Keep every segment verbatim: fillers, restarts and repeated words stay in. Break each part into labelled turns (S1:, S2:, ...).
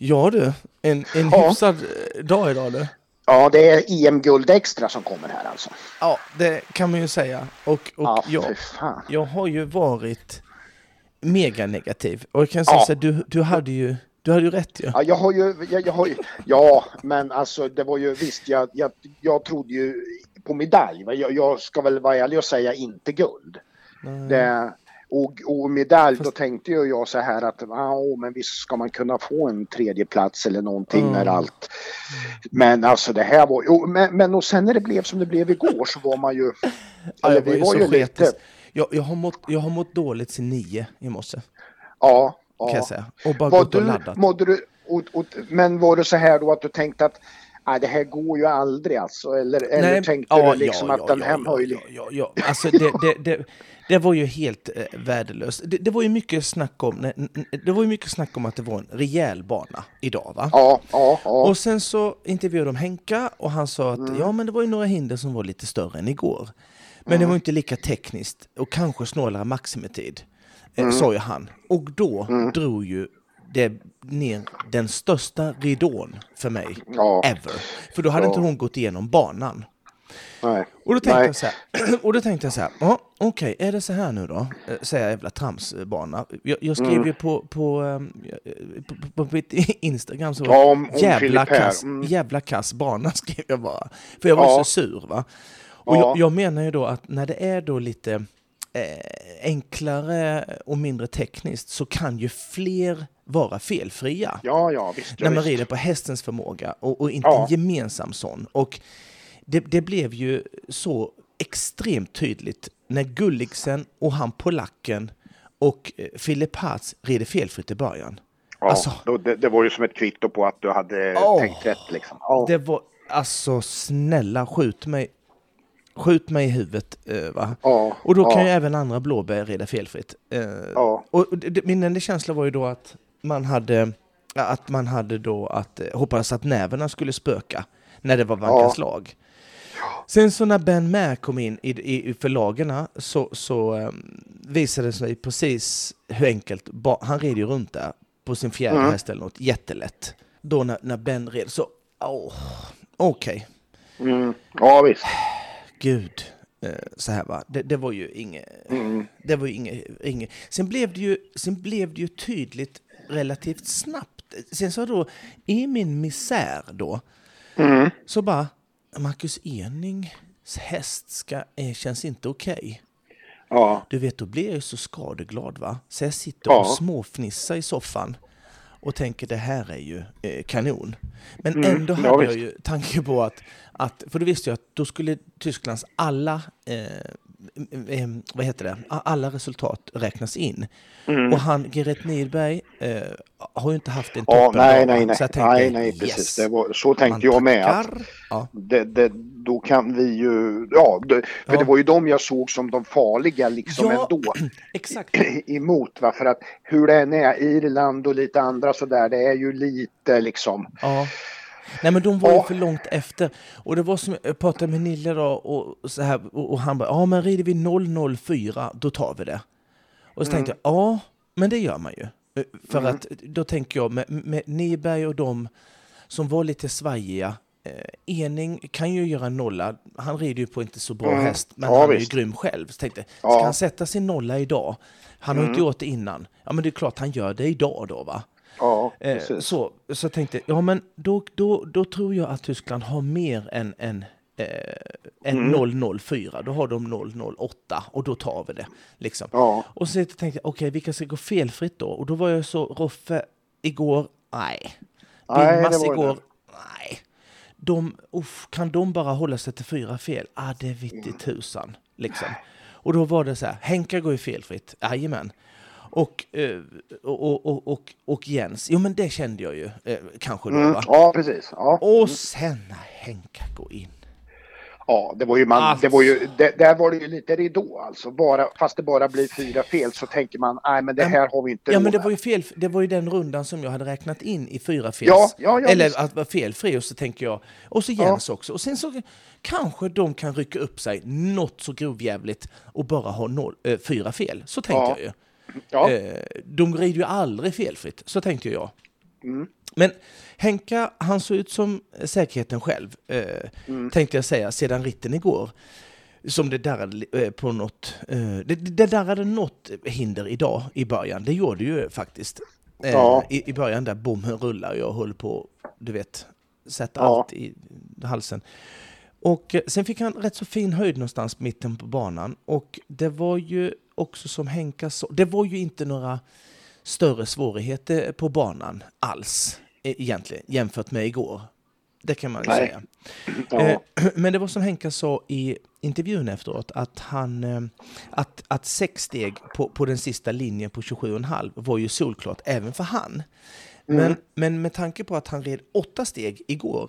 S1: Ja du, en, en
S2: Ja.
S1: hyfsad dag idag du.
S2: Ja, det är E M-guld extra som kommer här alltså.
S1: Ja, det kan man ju säga. Och, och
S2: Ja,
S1: jag,
S2: fy fan.
S1: jag har ju varit mega negativ. Och jag kan säga
S2: Ja.
S1: så här, du, du hade ju du hade ju rätt ju.
S2: Ja, jag har ju, jag, jag har ju, ja, men alltså det var ju visst, jag, jag, jag trodde ju på medalj. Jag, jag ska väl vara ärlig och säga inte guld. Det, och, och medalj,
S1: Fast...
S2: då tänkte ju jag så här att, ja, men visst ska man kunna få en tredje plats eller någonting
S1: mm.
S2: när allt. Men alltså det här var, jo, men, men och sen när det blev som det blev igår så var man ju,
S1: ja,
S2: eller,
S1: var
S2: vi
S1: ju
S2: var ju lite.
S1: Jag, jag, har mått, jag har mått dåligt sen nio i morse.
S2: Ja.
S1: Kan
S2: ja.
S1: jag säga. Och bara
S2: var
S1: gått och
S2: du,
S1: laddat.
S2: mådde du, och, och, men var det så här då att du tänkte att nej, det här går ju aldrig alltså? Eller, eller
S1: Nej,
S2: tänkte
S1: ja,
S2: du liksom
S1: ja,
S2: att
S1: ja,
S2: den
S1: ja,
S2: här
S1: ja,
S2: möjlig...
S1: ja, ja, ja. Alltså det, det, det, det var ju helt eh, värdelöst. Det, det var ju mycket snack om nej, det var ju mycket snack om att det var en rejäl bana idag, va?
S2: Ja, ja, ja.
S1: Och sen så intervjuade de Henka och han sa att mm. ja, men det var ju några hinder som var lite större än igår. Men mm. det var inte lika tekniskt och kanske snålare maximitid, eh, mm. sa ju han. Och då mm. drog ju det ner den största ridån för mig
S2: ja.
S1: ever. För då hade ja. inte hon gått igenom banan.
S2: Nej.
S1: Och då tänkte
S2: Nej.
S1: jag så här, och då tänkte jag så här, ja, okej, okay, är det så här nu då? Säger jag jävla tramsbana. Jag, jag skrev mm. ju på på, um, på, på, på Instagram så
S2: ja, om, om
S1: jävla kass,
S2: mm.
S1: jävla kass bana skrev jag bara. För jag var ja. så sur, va? Och ja. jag, jag menar ju då att när det är då lite eh, enklare och mindre tekniskt så kan ju fler vara felfria.
S2: Ja, ja, visst.
S1: När man
S2: visst.
S1: rider på hästens förmåga och, och inte
S2: ja.
S1: en gemensam sån. Och det, det blev ju så extremt tydligt när Gulliksen och han polacken och Filip Hartz rider felfritt i början.
S2: Ja,
S1: alltså,
S2: då, det, det var ju som ett kvitto på att du hade
S1: oh,
S2: tänkt rätt liksom. Oh.
S1: Det var, alltså snälla, skjut mig skjut mig i huvudet, uh, va?
S2: Oh,
S1: och då kan
S2: oh.
S1: ju även andra blåbär rida felfritt. Uh,
S2: oh.
S1: Och det, min enda känsla var ju då att man hade att man hade då att hoppades att näverna skulle spöka när det var vankas
S2: ja.
S1: lag. Sen så när Ben Maher kom in i, i, i förlagerna så, så um, visade det sig precis hur enkelt, ba, han red ju runt där på sin fjärde mm. häst eller något, jättelätt. Då när, när Ben red så, oh, okej.
S2: Okay. Mm. Ja visst.
S1: Gud, eh, så här va, det, det var ju inget, mm. det var ju inget, inget. Sen blev det ju, sen blev det ju tydligt relativt snabbt. Sen så då, i min misär då, mm. så bara, Marcus Enings häst ska, eh, känns inte okej. Okay.
S2: Ja.
S1: Du vet, då blir jag ju så skadeglad, va? Så jag sitter
S2: ja.
S1: och småfnissar i soffan och tänker, det här är ju eh, kanon. Men
S2: mm.
S1: ändå hade ja, jag ju tanke på att, att, för då visste jag att då skulle Tysklands alla eh, eh, vad heter det? Alla resultat räknas in. Mm. Och han, Gerrit Nidberg, eh, har ju inte haft en toppen.
S2: Ja, nej, nej, nej.
S1: Så jag tänkte,
S2: nej, nej, precis.
S1: Yes,
S2: det var, så tänkte jag med. Att
S1: ja.
S2: det, det, då kan vi ju, ja, det, för ja. det var ju de jag såg som de farliga liksom
S1: ja,
S2: ändå.
S1: Exakt.
S2: Emot, va? För att hur det än är, Irland och lite andra sådär, det är ju lite liksom.
S1: Ja. Nej, men de var ja. ju för långt efter. Och det var som jag pratade med Nille då, och, så här, och, och han bara, ja men rider vi noll noll fyra, då tar vi det. Och så mm. tänkte jag, ja, men det gör man ju. För mm. att då tänker jag med, med Nyberg och de som var lite svajiga, eh, Ening kan ju göra nolla. Han rider ju på inte så bra mm. häst, men ja, han visst. är ju grym själv. Så tänkte, ska ja. han sätta sin nolla idag? Han har mm. inte gjort det innan. Ja, men det är klart han gör det idag då, va?
S2: Ja,
S1: eh, så, så tänkte jag, ja men då, då, då tror jag att Tyskland har mer än, än, eh, än mm. noll noll fyra. Då har de noll noll åtta och då tar vi det. Liksom.
S2: Ja.
S1: Och så tänkte jag, okej, okay, vilka ska gå felfritt då? Och då var jag så, Roffe igår, nej. Bilmas igår, nej. De, uff, kan de bara hålla sig till fyra fel? Ah, det är vitt i tusan. Liksom. Och då var det så här, Henka går ju felfritt, jajamän. Och, och, och, och, och Jens, jo men det kände jag ju kanske då, va?
S2: Mm, ja, precis. Ja.
S1: Och sen när Henka går in.
S2: Ja, det var ju man, alltså. det var ju, det, där var det ju lite ridå alltså. Bara, fast det bara blir fyra fel så tänker man, nej men det här har vi inte.
S1: Ja, men det var ju fel, det var ju den rundan som jag hade räknat in i fyra fel.
S2: Ja, ja, ja,
S1: eller
S2: visst.
S1: att vara felfri, och så tänker jag, och så Jens ja. också. Och sen så kanske de kan rycka upp sig något så grovjävligt och bara ha noll, äh, fyra fel. Så tänkte
S2: ja.
S1: jag ju.
S2: Ja.
S1: De rider ju aldrig felfritt, så tänkte jag.
S2: Mm.
S1: Men Henka, han såg ut som säkerheten själv, eh, mm. tänkte jag säga, sedan ritten igår. Som det darrade eh, på något, eh, det, det darrade något hinder idag i början. Det gjorde ju faktiskt. Eh, ja. i, I början där bommen rullar, jag höll på, du vet, sätta ja. allt i halsen. Och sen fick han rätt så fin höjd någonstans mitten på banan. Och det var ju också som Henka sa, det var ju inte några större svårigheter på banan alls egentligen jämfört med igår. Det kan man ju Nej. säga. Ja. Men det var som Henka sa i intervjun efteråt att han att, att sex steg på, på den sista linjen på tjugosju komma fem var ju solklart även för han. Mm. Men, men med tanke på att han red åtta steg igår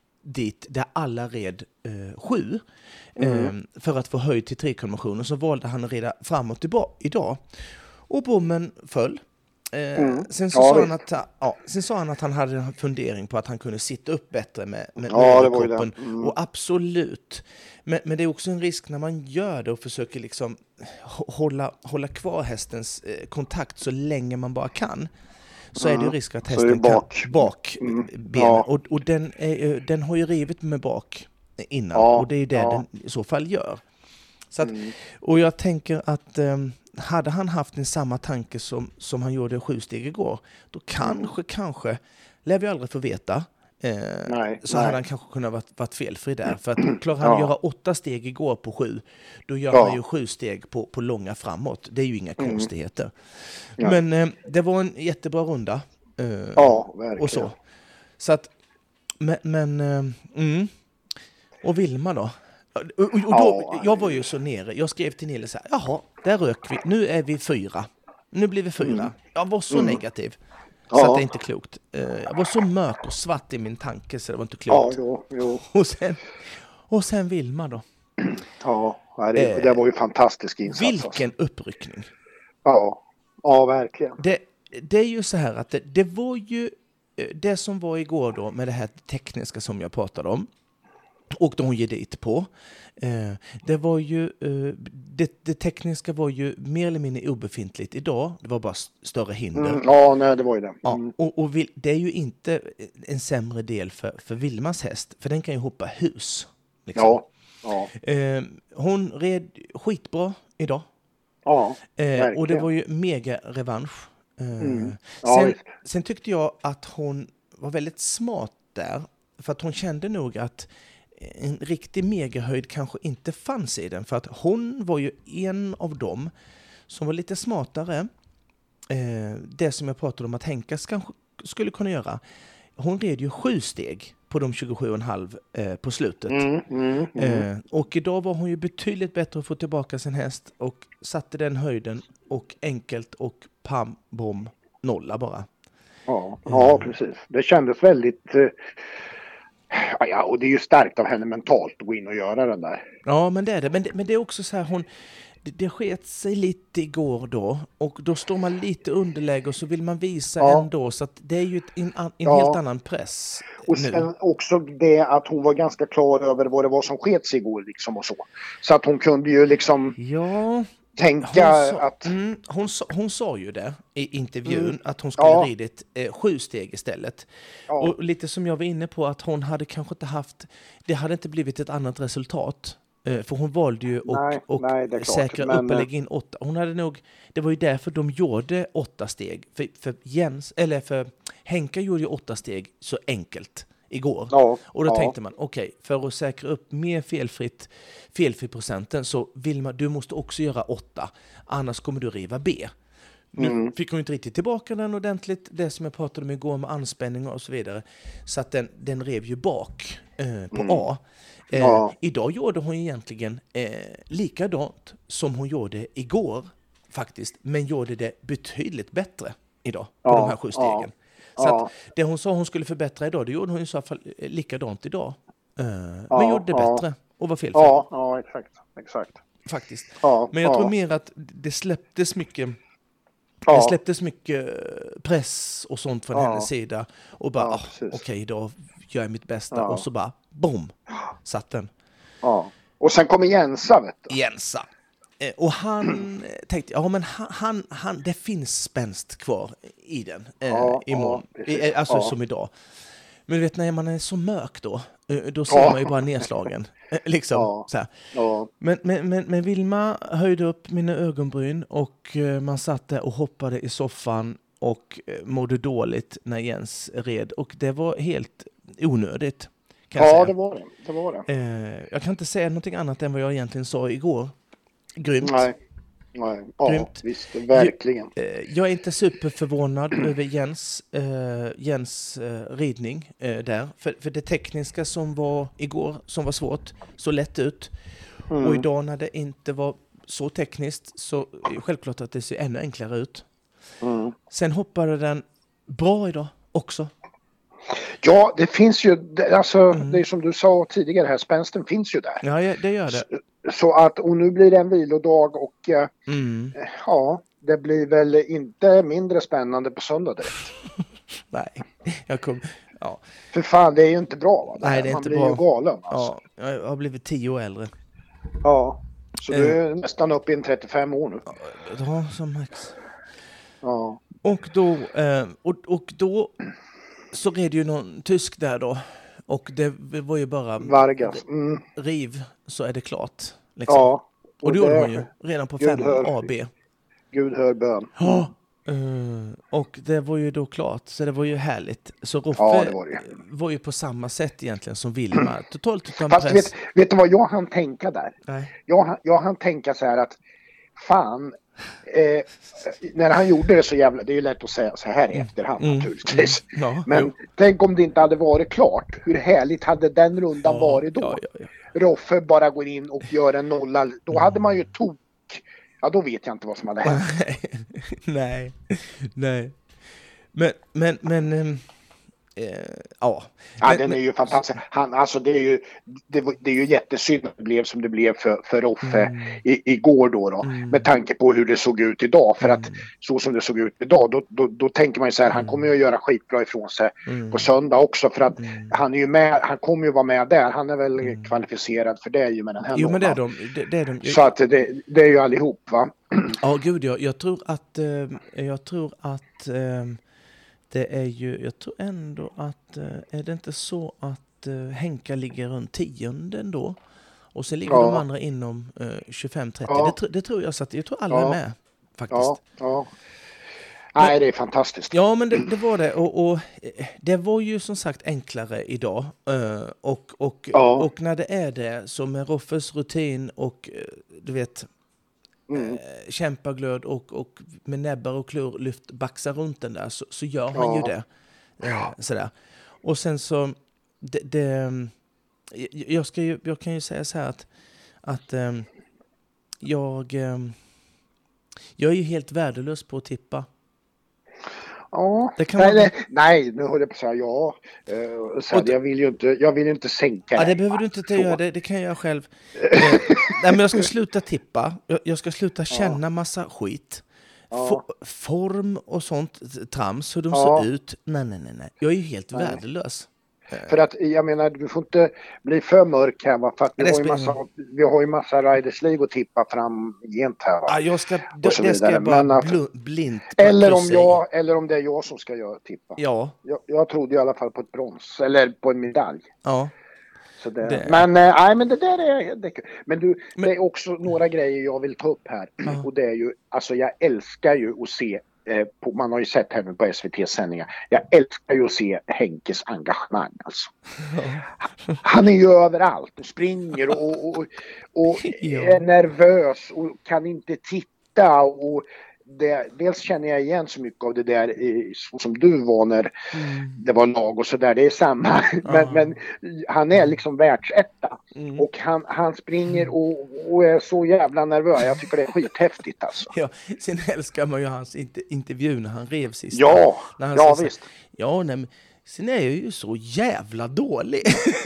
S1: dit där alla red eh, sju mm. eh, för att få höjd till tre-konventionen, så valde han att reda framåt tillbaka idag. Och bommen föll. Eh, mm. sen, så ja, sa han att, ja, sen sa han att han hade en fundering på att han kunde sitta upp bättre med, med,
S2: ja,
S1: med kroppen. Mm. Och absolut. Men, men det är också en risk när man gör det och försöker liksom hålla, hålla kvar hästens eh, kontakt så länge man bara kan. Så mm. är det ju risk att hästen bak. kan bak mm. benen. Ja. Och, och den, är, den har ju rivit med bak innan. Ja. Och det är ju det ja. den i så fall gör. Så att, mm. Och jag tänker att um, hade han haft en samma tanke som, som han gjorde sju steg igår, då kanske, mm. kanske, lär vi aldrig få veta, eh, nej, så nej. hade han kanske kunnat varit, varit felfri där. För att klarar han ja. göra åtta steg igår på sju, då gör ja. han ju sju steg på, på långa framåt. Det är ju inga mm. konstigheter. Ja. Men eh, det var en jättebra runda. Eh,
S2: ja, verkligen.
S1: Och så. Så att, men, men eh, mm. och Vilma då? Och, och då, jag var ju så nere. Jag skrev till Nille så här: jaha, där rök vi. Nu är vi fyra. Nu blir vi fyra. Mm. Jag var så mm. negativ. Så ja. att det är inte klokt. Jag var så mörk och svart i min tanke så det var inte klokt.
S2: Ja, jo, jo.
S1: Och sen, och sen Vilma då.
S2: Ja, det, det var ju fantastisk insats.
S1: Vilken alltså. uppryckning.
S2: Ja, ja verkligen.
S1: Det, det är ju så här att det, det var ju det som var igår då med det här tekniska som jag pratade om. Och de ger dit på. Eh, det var ju eh, det, det tekniska var ju mer eller mindre obefintligt idag. Det var bara st- större hinder.
S2: Mm, ja, nej, det var ju det. Mm.
S1: Ja, och och vil, det är ju inte en sämre del för, för Vilmas häst. För den kan ju hoppa hus. Liksom.
S2: Ja. ja.
S1: Eh, hon red skitbra idag.
S2: Ja,
S1: eh, och det var ju mega revansch. Eh, mm. ja, sen, sen tyckte jag att hon var väldigt smart där. För att hon kände nog att en riktig megahöjd kanske inte fanns i den. För att hon var ju en av dem som var lite smartare. Eh, det som jag pratade om att Henka kanske skulle kunna göra. Hon red ju sju steg på de tjugosju komma fem eh, på slutet. Mm, mm, mm. Eh, och idag var hon ju betydligt bättre att få tillbaka sin häst. Och satte den höjden och enkelt och pam, bom, nolla bara.
S2: Ja, ja eh. precis. Det kändes väldigt... Eh... Ja, och det är ju starkt av henne mentalt att gå in och göra den där.
S1: Ja, men det är det. Men det, men det är också så här, hon, det, det sket sig lite igår då. Och då står man lite underläge och så vill man visa ja. ändå. Så att det är ju ett, en, en ja. helt annan press.
S2: Och sen nu. också det att hon var ganska klar över vad det var som sket sig igår liksom och så. Så att hon kunde ju liksom...
S1: Ja...
S2: tänka
S1: hon sa,
S2: att...
S1: Mm, hon, sa, hon sa ju det i intervjun, mm. att hon skulle ja. ridit eh, sju steg istället. Ja. Och lite som jag var inne på, att hon hade kanske inte haft... Det hade inte blivit ett annat resultat. Eh, för hon valde ju att och, och säkra men... upp och lägga in åtta. Hon hade nog... Det var ju därför de gjorde åtta steg. För, för Jens, eller för Henka gjorde ju åtta steg så enkelt igår. Ja, och då ja. tänkte man, okej, okay, för att säkra upp mer felfritt felfri procenten så vill man, du måste också göra åtta, annars kommer du riva B. Nu mm. fick hon inte riktigt tillbaka den ordentligt, det som jag pratade om igår med anspänning och så vidare, så att den, den rev ju bak eh, på mm. A. Eh, ja. Idag gjorde hon egentligen eh, likadant som hon gjorde igår faktiskt, men gjorde det betydligt bättre idag på ja. de här sju stegen. Ja. Så ja. att det hon sa hon skulle förbättra idag, det gjorde hon i så fall likadant idag. Uh, ja, men gjorde det ja. bättre och var fel.
S2: Ja, ja, exakt. exakt.
S1: Faktiskt.
S2: Ja,
S1: men jag
S2: ja.
S1: tror mer att det släpptes mycket ja. det släpptes mycket press och sånt från ja. hennes sida. Och bara, ja, okej, okay, då gör jag mitt bästa. Ja. Och så bara, boom, satt den.
S2: Ja. Och sen kommer Jensa, vet du.
S1: Jensa. Och han tänkte, ja men han, han, han det finns spänst kvar i den eh,
S2: ja,
S1: imorgon.
S2: ja,
S1: I, alltså
S2: ja.
S1: som idag. Men du vet, när man är så mörk då, då ser
S2: ja.
S1: man ju bara nedslagen. Liksom,
S2: ja.
S1: så här.
S2: Ja.
S1: Men, men, men, men Vilma höjde upp mina ögonbryn och man satt där och hoppade i soffan och mådde dåligt när Jens red. Och det var helt onödigt. Kan
S2: ja,
S1: jag säga.
S2: det var det. det, var det.
S1: Eh, jag kan inte säga någonting annat än vad jag egentligen sa igår. Grymt.
S2: Nej. Nej. Ja,
S1: Grymt.
S2: visst, verkligen.
S1: Jag, eh, jag är inte superförvånad över Jens, eh, Jens eh, ridning eh, där. För, för det tekniska som var igår, som var svårt, så lätt ut. Mm. Och idag när det inte var så tekniskt så är det självklart att det ser ännu enklare ut. Mm. Sen hoppade den bra idag också.
S2: Ja, det finns ju, alltså mm. det är som du sa tidigare här, spänsten finns ju där.
S1: Ja, det gör det.
S2: Så, så att, och nu blir det en vilodag och mm. ja, det blir väl inte mindre spännande på söndag direkt.
S1: Nej, jag kom, ja.
S2: För fan, det är ju inte bra va? Det
S1: Nej, det är
S2: Man
S1: inte
S2: blir
S1: bra.
S2: ju galen alltså.
S1: Ja, jag har blivit tio år äldre.
S2: Ja, så du är mm. nästan uppe i en trettiofem år nu.
S1: Ja, som max.
S2: Ja.
S1: Och då, eh, och, och då så red ju någon tysk där då. Och det var ju bara
S2: Vargas. Mm.
S1: riv så är det klart. Liksom.
S2: Ja.
S1: Och, och det gjorde hon ju redan på fem A B.
S2: Gud hör bön.
S1: Ja. Uh, och det var ju då klart. Så det var ju härligt. Så Roffe
S2: ja, var, det.
S1: var ju på samma sätt egentligen som Vilma. Totalt utan
S2: Fast
S1: press.
S2: Vet, vet du vad jag hann tänka där?
S1: Nej.
S2: Jag, jag hann tänka så här att fan, eh, när han gjorde det så jävla, det är ju lätt att säga så här i efterhand mm. naturligtvis. Mm. Ja, men jo. Tänk om det inte hade varit klart. Hur härligt hade den rundan ja, varit då? Ja, ja, ja. Roffe bara går in och gör en nolla. Då mm. hade man ju tok. Ja, då vet jag inte vad som hade hänt.
S1: nej, nej. Men, men, men... Ähm... Uh, ja,
S2: ja
S1: men,
S2: den är ju fantastisk. Han, alltså det är ju det, det är ju jättesynd att det blev som det blev för, för Roffe mm. i, igår då, då mm. med tanke på hur det såg ut idag. För att mm. så som det såg ut idag då, då, då tänker man ju så här, mm. han kommer ju att göra skitbra ifrån sig mm. på söndag också för att mm. han är ju med, han kommer ju vara med där. Han är väl mm. kvalificerad för det ju med den här.
S1: Jo, men det är de, det, det är de.
S2: Så att det, det är ju allihop va.
S1: Ja, gud jag, jag tror att eh, jag tror att eh, det är ju, jag tror ändå att, är det inte så att uh, Henka ligger runt tionde ändå? Och så ligger ja. de andra inom uh, tjugofem trettio. Ja. Det, det tror jag, så att jag tror alla ja. är med faktiskt.
S2: Ja, ja. Nej, men, det är fantastiskt.
S1: Ja, men det, det var det. Och, och det var ju som sagt enklare idag. Uh, och, och, ja. och när det är det, så med Roffes rutin och uh, du vet... Mm. Eh, kämpaglöd och, och med näbbar och klor lyft baxar runt den där så, så gör han ja. ju det eh, sådär. Och sen så det, det, jag, ska ju, jag kan ju säga så här att, att eh, jag eh, jag är ju helt värdelös på att tippa.
S2: Ja, det kan nej, man... nej, nej, nu håller jag på att säga ja. Uh, så och, jag vill ju inte, jag vill inte sänka.
S1: Ja, det behöver du inte göra, det, det kan jag själv. uh, nej, men jag ska sluta tippa. Jag, jag ska sluta känna ja. massa skit. Ja. For, form och sånt trams, hur de ja. ser ut. Nej, nej, nej, nej. Jag är ju helt nej. värdelös.
S2: För att jag menar, du får inte bli för mörk här va? För att vi har, ju massa, vi har ju massa Riders League att tippa fram gent här va?
S1: Ja, jag ska, det, det ska jag bara men, bl- blint
S2: eller om, jag, eller om det är jag som ska göra tippa.
S1: Ja.
S2: Jag, jag trodde i alla fall på ett brons, eller på en medalj.
S1: Ja.
S2: Så det, det. Men, äh, nej, men det där är det, men du, men, det är också några grejer jag vill ta upp här. Ja. Och det är ju, alltså jag älskar ju att se På, man har ju sett henne på S V T-sändningar. Jag älskar ju att se Henkes engagemang alltså. Han är ju överallt och springer och, och, och ja. är nervös och kan inte titta och det, dels känner jag igen så mycket av det där så som du var när mm. det var lag och sådär, det är samma men, men han är liksom världsetta mm. och han, han springer och, och är så jävla nervös, jag tycker det är skithäftigt alltså.
S1: Ja, sen älskar man ju hans intervju när han rev sist.
S2: Ja,
S1: när han
S2: ja
S1: så,
S2: visst.
S1: Ja, nej, men sen är jag ju så jävla dålig.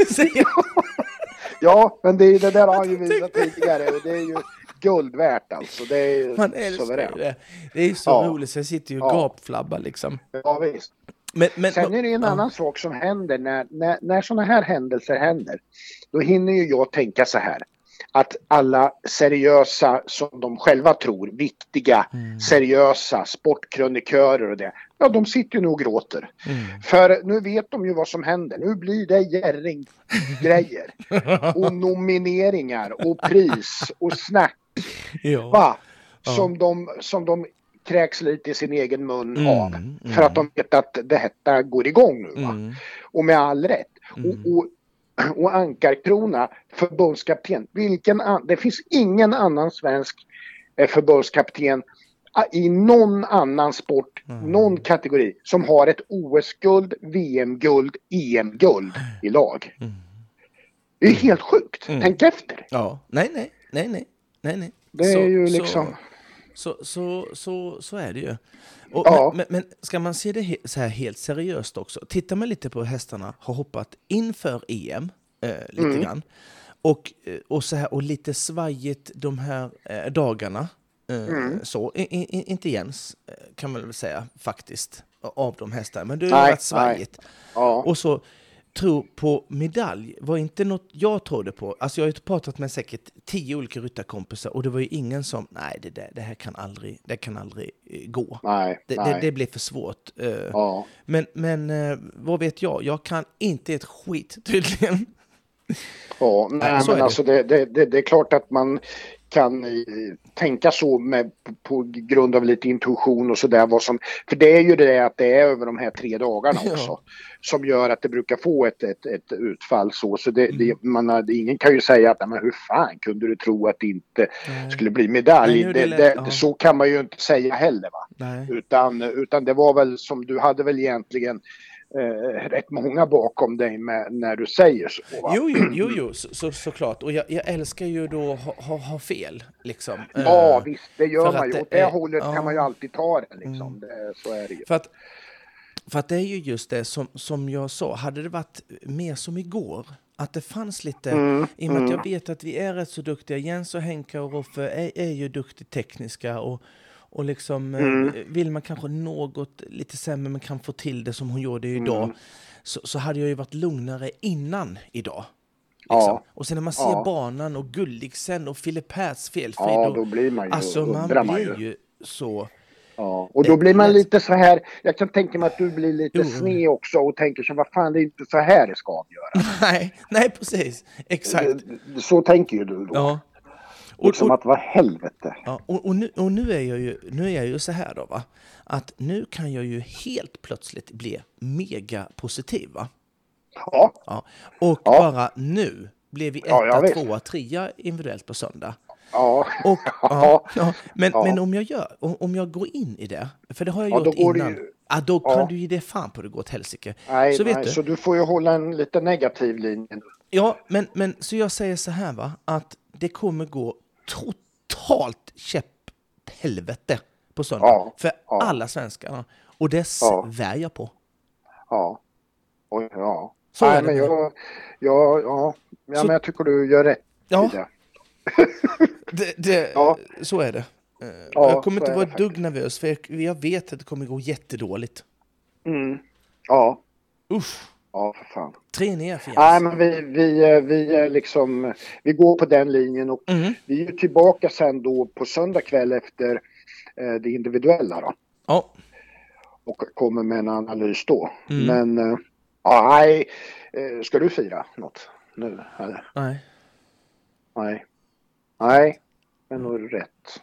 S2: Ja, men det, är, det där har han ju visat tidigare och det är ju guld värt alltså. Det är
S1: man älskar det. Det är så ja. roligt så jag sitter ju och ja. gapflabbar liksom.
S2: Ja visst.
S1: Men, men,
S2: Sen är det en ja. annan sak som händer när, när, när sådana här händelser händer. Då hinner ju jag tänka så här. att alla seriösa, som de själva tror, viktiga, mm. seriösa sportkrönikörer och det, ja, de sitter ju nu och gråter. Mm. För nu vet de ju vad som händer. Nu blir det Jerring-grejer och nomineringar och pris och snack.
S1: Ja.
S2: Va?
S1: Ja.
S2: Som, de, som de kräks lite i sin egen mun
S1: mm.
S2: av. Mm. För att de vet att det här går igång nu. Va? Mm. Och med all rätt. Mm. Och, och Och Ankarkrona, förbundskapten. Vilken an- det finns ingen annan svensk eh, förbundskapten i någon annan sport, mm. någon kategori, som har ett O S-guld, V M-guld, E M-guld i lag. Mm. Det är helt sjukt. Mm. Tänk efter.
S1: Ja, nej, nej, nej, nej, nej, nej.
S2: Det är
S1: så,
S2: ju liksom...
S1: Så, så, så, så, så är det ju. Och,
S2: ja.
S1: men, men ska man se det he- så här helt seriöst också? Tittar man lite på hästarna har hoppat inför E M eh, lite mm. grann. Och, och, så här, och lite svajigt de här eh, dagarna. Eh, mm. Så, I, i, inte Jens kan man väl säga faktiskt av de hästarna. Men det har varit svajigt.
S2: Ja.
S1: Och så tro på medalj var inte något jag trodde på. Alltså jag har ju pratat med säkert tio olika ryttarkompisar och det var ju ingen som, nej det, där, det här kan aldrig, det kan aldrig gå.
S2: Nej,
S1: det,
S2: nej.
S1: Det, det blir för svårt.
S2: Ja.
S1: Men, men vad vet jag? Jag kan inte ett skit tydligen.
S2: Ja, nej, nej men det. Alltså det, det, det, det är klart att man kan eh, tänka så med, på, på grund av lite intuition och sådär. Vad som, för det är ju det att det är över de här tre dagarna också. Ja. Som gör att det brukar få ett, ett, ett utfall så. Så det, mm. det, man, ingen kan ju säga att men hur fan kunde du tro att det inte mm. skulle bli medalj. Det, det, det, ja. Så kan man ju inte säga heller va. Utan, utan det var väl som du hade väl egentligen Eh, rätt många bakom dig med, när du säger så. Va?
S1: Jo, jo, jo, jo så, så, såklart. Och jag, jag älskar ju då att ha, ha, ha fel. Liksom.
S2: Ja,
S1: uh,
S2: visst. Det gör man ju. Åt det, det hållet uh, kan man ju alltid ta det. Liksom. Mm. det så är det ju.
S1: För att, för att det är ju just det som, som jag sa. Hade det varit mer som igår. Att det fanns lite, mm, i och med mm. att jag vet att vi är rätt så duktiga. Jens och Henka och Roffe är, är ju duktigt tekniska och Och liksom mm. vill man kanske något lite sämre men kan få till det som hon gjorde idag mm. så, så hade jag ju varit lugnare innan idag. Liksom. Ja. Och sen när man ser ja. banan och Gulliksen och Filip Pärs felfri
S2: ja, då blir man ju,
S1: alltså man blir man ju. ju så
S2: ja. Och då blir man lite så här, jag kan tänka mig att du blir lite mm. sned också och tänker så vad fan det är inte så här det ska avgöra.
S1: nej, nej precis, exakt.
S2: Så tänker ju du då.
S1: Ja.
S2: Och, som att vad helvete.
S1: Ja, och, och, nu, och nu är jag ju nu är jag ju så här då va att nu kan jag ju helt plötsligt bli mega positiv va.
S2: Ja.
S1: ja. Och ja. bara nu blev vi etta,
S2: ja,
S1: tvåa, trea individuellt på söndag.
S2: Ja.
S1: Och, ja, ja. Men, ja. men om jag gör om jag går in i det för det har jag
S2: ja,
S1: gjort innan.
S2: Ju...
S1: Ja, då kan ja. du ju det fan på det gå åt helsike.
S2: Nej,
S1: så
S2: nej,
S1: vet du.
S2: Så du får ju hålla en lite negativ linje nu.
S1: Ja, men men så jag säger så här va att det kommer gå totalt käpphelvete på söndag
S2: ja,
S1: för
S2: ja.
S1: alla svenskarna och det svär jag på.
S2: Ja. Och, ja.
S1: Så
S2: Nej,
S1: är det.
S2: Men jag, jag, ja, ja
S1: så,
S2: men jag tycker du gör rätt
S1: ja.
S2: i det.
S1: det, det ja. Så är det. Ja, jag kommer inte vara ett dugg nervös för jag, jag vet att det kommer gå jättedåligt.
S2: Mm. Ja.
S1: Uff.
S2: Ja, för fan.
S1: Tre ner för Jens.
S2: Nej, men vi, vi, vi, liksom, vi går på den linjen och mm. vi är tillbaka sen då på söndag kväll efter eh, det individuella då.
S1: Ja.
S2: Och kommer med en analys då.
S1: Mm.
S2: Men, eh, ja, nej, eh, ska du fira något nu? Eller?
S1: Nej.
S2: Nej. Nej, men nog rätt.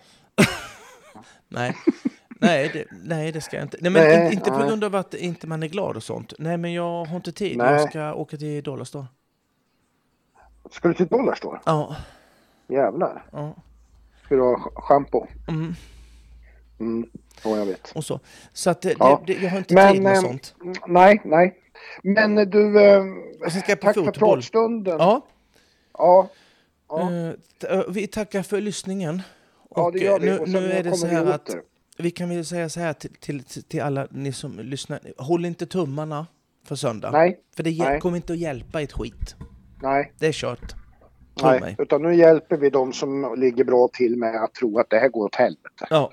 S1: nej. Nej det, nej, det ska jag inte. Nej, men nej, inte på nej. grund av att inte man är glad och sånt. Nej, men jag har inte tid. Nej. Jag ska åka till Dollarstore.
S2: Ska du till Dollarstore?
S1: Ja.
S2: Jävlar.
S1: Ja.
S2: Ska du ha shampoo?
S1: Mm.
S2: Mm, ja, jag vet.
S1: Och så. Så att det,
S2: ja.
S1: det, jag har inte
S2: men,
S1: tid med
S2: äm,
S1: sånt.
S2: Nej, nej. Men du, äh,
S1: och sen ska jag på
S2: tack
S1: fotboll.
S2: för pratstunden.
S1: Ja.
S2: Ja. ja.
S1: Uh, t- vi tackar för lyssningen.
S2: Ja, det gör vi.
S1: Nu, nu är det så här att
S2: åter.
S1: vi kan väl säga så här till, till, till alla ni som lyssnar. Håll inte tummarna för söndag.
S2: Nej.
S1: För det
S2: nej.
S1: kommer inte att hjälpa ett skit.
S2: Nej.
S1: Det är kört. Tro
S2: Nej,
S1: mig.
S2: utan nu hjälper vi dem som ligger bra till med att tro att det här går åt helvete.
S1: Ja,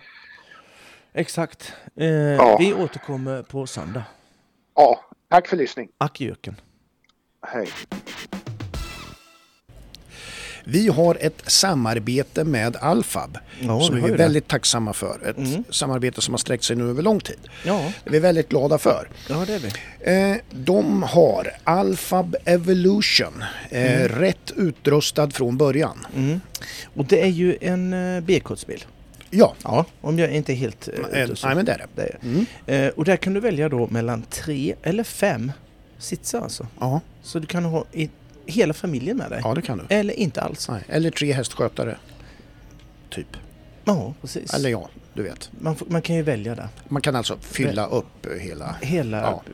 S1: exakt. Eh,
S2: ja.
S1: Vi återkommer på söndag.
S2: Ja, tack för lyssning.
S1: Ack jöken.
S2: Hej.
S3: Vi har ett samarbete med Alfab
S1: Ja,
S3: som
S1: det
S3: vi
S1: har
S3: är
S1: ju
S3: väldigt tacksamma för. Ett
S1: Mm.
S3: samarbete som har sträckt sig nu över lång tid.
S1: Ja,
S3: Det är vi väldigt glada för.
S1: ja det är vi.
S3: Eh, de har Alfab Evolution, eh, rätt utrustad från början.
S1: Mm. Och det är ju en uh, B-kodsbil.
S3: Ja,
S1: Ja, om jag inte är helt uh,
S3: eh,
S1: ute så.
S3: nej, men det är det.
S1: Det är.
S3: Mm.
S1: Eh, och där kan du välja då mellan tre eller fem sitsar alltså.
S3: Ja,
S1: Så du kan ha i, hela familjen med dig.
S3: ja, det kan du.
S1: Eller inte alls.
S3: Nej, eller tre hästskötare, typ.
S1: Ja, precis.
S3: Eller ja, du vet.
S1: Man, får, man kan ju välja där.
S3: Man kan alltså fylla upp hela...
S1: Hela.
S3: Ja.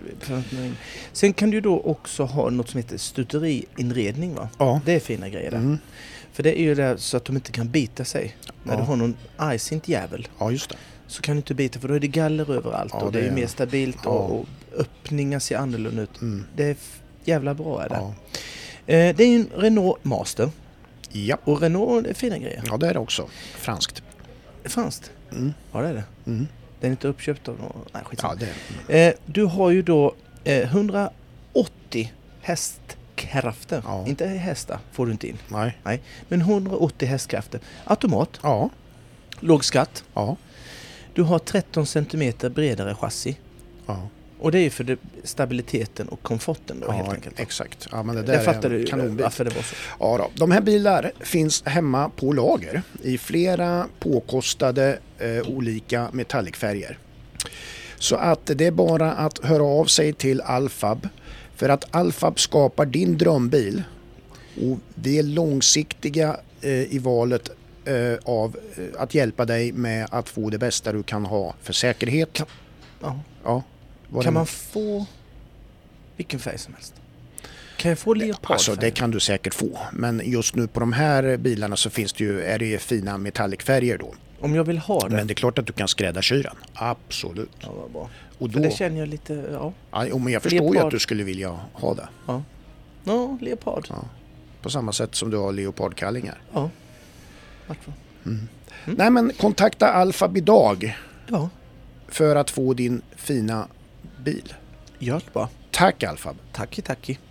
S1: Sen kan du då också ha något som heter stuteriinredning, va?
S3: Ja.
S1: Det är fina grejer där.
S3: Mm.
S1: För det är ju det så att de inte kan bita sig. När
S3: Ja.
S1: du har någon argsint jävel
S3: Ja, just det.
S1: så kan du inte bita, för då är det galler överallt.
S3: Ja,
S1: och det,
S3: det
S1: är
S3: är-
S1: mer stabilt
S3: Ja.
S1: och, och öppningar ser annorlunda ut.
S3: Mm.
S1: Det är f- jävla bra är det.
S3: Ja.
S1: Eh, det är en Renault Master.
S3: Ja.
S1: Och Renault är fina grejer.
S3: ja, det är det också. Franskt.
S1: Franskt?
S3: Mm.
S1: Ja, det är det.
S3: Mm.
S1: Den är inte uppköpt av någon. Nej, skitsamma.
S3: Ja, det är...
S1: Eh, du har ju då eh, hundraåttio hästkrafter.
S3: Ja.
S1: Inte hästar får du inte in.
S3: Nej.
S1: Nej, men hundraåttio hästkrafter. Automat,
S3: Ja.
S1: låg skatt.
S3: Ja.
S1: Du har tretton centimeter bredare chassi.
S3: Ja.
S1: Och det är för det, stabiliteten och komforten då,
S3: Ja,
S1: helt enkelt.
S3: exakt. Ja, men det där
S1: Jag fattar
S3: är en
S1: du
S3: kanonbil.
S1: varför det var så.
S3: Ja då. De här bilar finns hemma på lager i flera påkostade eh, olika metallicfärger. Så att det är bara att höra av sig till Alfab, för att Alfab skapar din drömbil, och vi är långsiktiga eh, i valet eh, av eh, att hjälpa dig med att få det bästa du kan ha för säkerhet.
S1: Kan, ja.
S3: Ja, vad
S1: kan
S3: det-
S1: man få vilken färg som helst? Kan jag få leopardfärg?
S3: Alltså det kan du säkert få, men just nu på de här bilarna så finns det ju, är det ju fina metallicfärger då.
S1: Om jag vill ha det?
S3: Men det är klart att du kan skräddarsy den. Absolut.
S1: Ja, vad bra.
S3: Och
S1: För
S3: då,
S1: det känner jag lite, ja.
S3: ja, jo, men jag förstår ju
S1: Leopard.
S3: att du skulle vilja ha det.
S1: Ja, ja leopard.
S3: Ja. På samma sätt som du har leopardkallingar.
S1: Ja. Vart var?
S3: Mm. Nej, men kontakta Alfab idag
S1: Ja,
S3: för att få din fina bil.
S1: gör det bara.
S3: Tack Alfab.
S1: Tacki, tacki.